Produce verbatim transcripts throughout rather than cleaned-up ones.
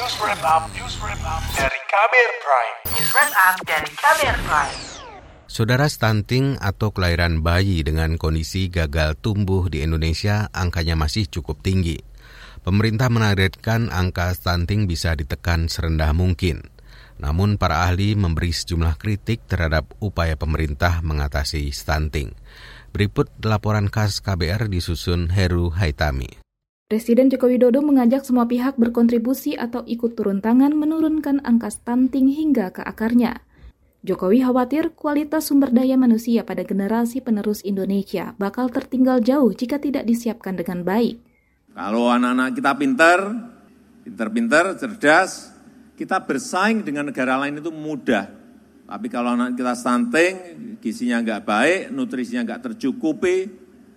News Wrap Up, News Wrap Up dari Kamer Prime. News Wrap Up dari Kamer Prime. Saudara, stunting atau kelahiran bayi dengan kondisi gagal tumbuh di Indonesia angkanya masih cukup tinggi. Pemerintah menargetkan angka stunting bisa ditekan serendah mungkin. Namun para ahli memberi sejumlah kritik terhadap upaya pemerintah mengatasi stunting. Berikut laporan khas K B R disusun Heru Haitami. Presiden Joko Widodo mengajak semua pihak berkontribusi atau ikut turun tangan menurunkan angka stunting hingga ke akarnya. Jokowi khawatir kualitas sumber daya manusia pada generasi penerus Indonesia bakal tertinggal jauh jika tidak disiapkan dengan baik. Kalau anak-anak kita pintar, pintar-pintar, cerdas, kita bersaing dengan negara lain itu mudah. Tapi kalau anak kita stunting, gizinya nggak baik, nutrisinya nggak tercukupi,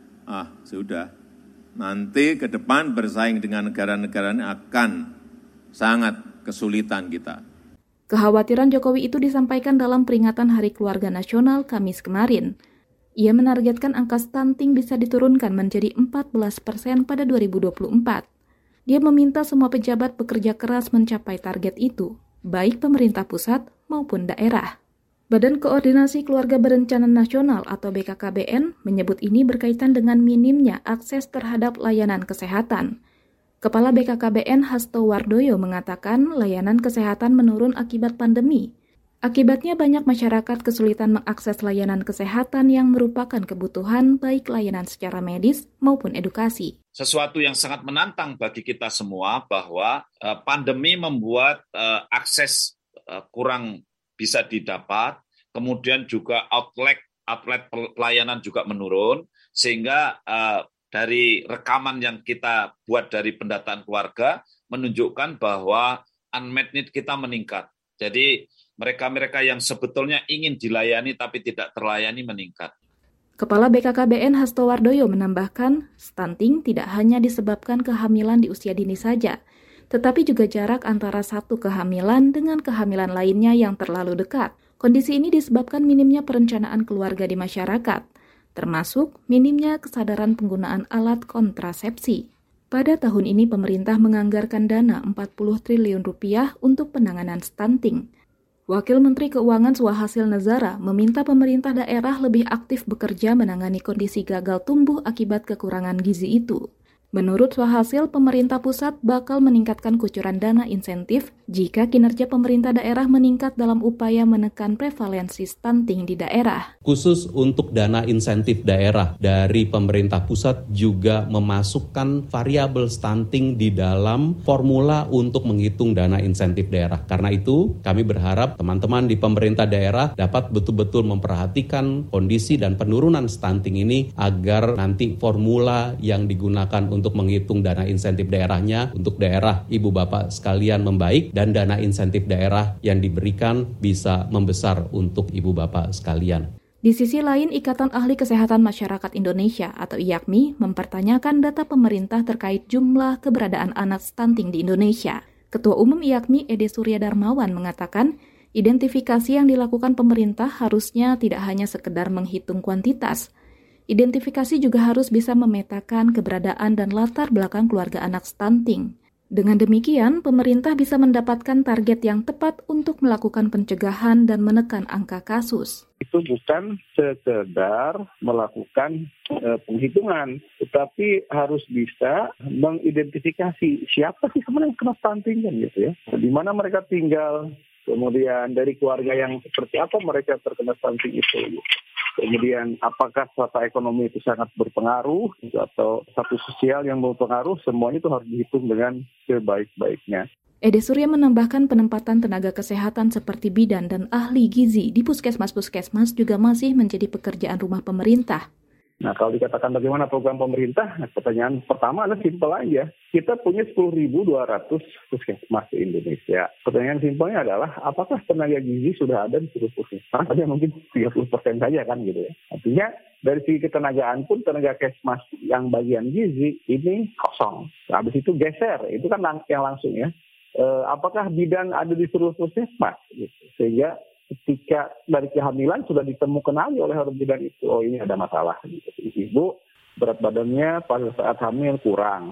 ah sudah. Nanti ke depan bersaing dengan negara-negara ini akan sangat kesulitan kita. Kekhawatiran Jokowi itu disampaikan dalam peringatan Hari Keluarga Nasional Kamis kemarin. Ia menargetkan angka stunting bisa diturunkan menjadi empat belas persen pada dua ribu dua puluh empat. Dia meminta semua pejabat bekerja keras mencapai target itu, baik pemerintah pusat maupun daerah. Badan Koordinasi Keluarga Berencana Nasional atau B K K B N menyebut ini berkaitan dengan minimnya akses terhadap layanan kesehatan. Kepala B K K B N Hasto Wardoyo mengatakan layanan kesehatan menurun akibat pandemi. Akibatnya banyak masyarakat kesulitan mengakses layanan kesehatan yang merupakan kebutuhan baik layanan secara medis maupun edukasi. Sesuatu yang sangat menantang bagi kita semua bahwa uh, pandemi membuat uh, akses uh, kurang bisa didapat, kemudian juga outlet outlet pelayanan juga menurun, sehingga uh, dari rekaman yang kita buat dari pendataan keluarga menunjukkan bahwa unmet need kita meningkat. Jadi mereka-mereka yang sebetulnya ingin dilayani tapi tidak terlayani meningkat. Kepala B K K B N Hasto Wardoyo menambahkan, stunting tidak hanya disebabkan kehamilan di usia dini saja, tetapi juga jarak antara satu kehamilan dengan kehamilan lainnya yang terlalu dekat. Kondisi ini disebabkan minimnya perencanaan keluarga di masyarakat, termasuk minimnya kesadaran penggunaan alat kontrasepsi. Pada tahun ini pemerintah menganggarkan dana empat puluh triliun rupiah untuk penanganan stunting. Wakil Menteri Keuangan Suhasil Nazara meminta pemerintah daerah lebih aktif bekerja menangani kondisi gagal tumbuh akibat kekurangan gizi itu. Menurut Suhasil, pemerintah pusat bakal meningkatkan kucuran dana insentif jika kinerja pemerintah daerah meningkat dalam upaya menekan prevalensi stunting di daerah. Khusus untuk dana insentif daerah dari pemerintah pusat juga memasukkan variabel stunting di dalam formula untuk menghitung dana insentif daerah. Karena itu, kami berharap teman-teman di pemerintah daerah dapat betul-betul memperhatikan kondisi dan penurunan stunting ini agar nanti formula yang digunakan untuk menghitung dana insentif daerahnya untuk daerah ibu bapak sekalian membaik dan dana insentif daerah yang diberikan bisa membesar untuk ibu bapak sekalian. Di sisi lain, Ikatan Ahli Kesehatan Masyarakat Indonesia atau I A K M I mempertanyakan data pemerintah terkait jumlah keberadaan anak stunting di Indonesia. Ketua Umum I A K M I Ede Surya Darmawan mengatakan, identifikasi yang dilakukan pemerintah harusnya tidak hanya sekedar menghitung kuantitas. Identifikasi juga harus bisa memetakan keberadaan dan latar belakang keluarga anak stunting. Dengan demikian, pemerintah bisa mendapatkan target yang tepat untuk melakukan pencegahan dan menekan angka kasus. Itu bukan sekedar melakukan e, penghitungan, tetapi harus bisa mengidentifikasi siapa sih sebenarnya yang kena stunting kan gitu ya. Di mana mereka tinggal, kemudian dari keluarga yang seperti apa mereka terkena stunting itu. Gitu. Kemudian apakah strata ekonomi itu sangat berpengaruh atau status sosial yang berpengaruh, semuanya itu harus dihitung dengan sebaik-baiknya. Ede Surya menambahkan penempatan tenaga kesehatan seperti bidan dan ahli gizi di puskesmas-puskesmas juga masih menjadi pekerjaan rumah pemerintah. Nah, kalau dikatakan bagaimana program pemerintah, nah, pertanyaan pertama adalah simpel aja. Kita punya sepuluh ribu dua ratus puskesmas di Indonesia. Pertanyaan simpelnya adalah, apakah tenaga gizi sudah ada di seluruh puskesmas? Hanya mungkin tiga puluh persen saja kan gitu ya. Artinya, dari segi ketenagaan pun tenaga kesmas yang bagian gizi ini kosong. Nah, habis itu geser, itu kan lang- yang langsung ya. E, apakah bidan ada di seluruh puskesmas? Gitu. Sehingga ketika dari kehamilan sudah ditemukan lagi oleh orang bidan itu, oh ini ada masalah. Gitu. Ibu berat badannya pada saat hamil kurang,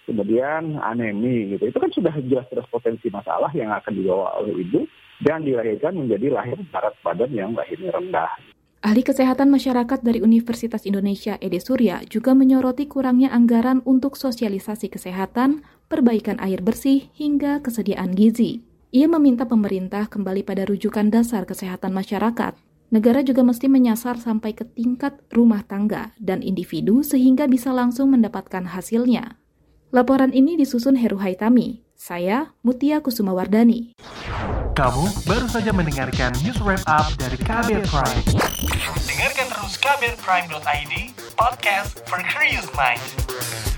kemudian anemi gitu. Itu kan sudah jelas-jelas potensi masalah yang akan dibawa oleh ibu dan dilahirkan menjadi lahir berat badan yang lahirnya rendah. Ahli Kesehatan Masyarakat dari Universitas Indonesia Ede Surya juga menyoroti kurangnya anggaran untuk sosialisasi kesehatan, perbaikan air bersih, hingga kesediaan gizi. Ia meminta pemerintah kembali pada rujukan dasar kesehatan masyarakat. Negara juga mesti menyasar sampai ke tingkat rumah tangga dan individu sehingga bisa langsung mendapatkan hasilnya. Laporan ini disusun Heru Haitami. Saya Mutia Kusumawardani. Kamu baru saja mendengarkan news wrap up dari K B R Prime. Dengarkan terus k b r prime dot i d, podcast for curious mind.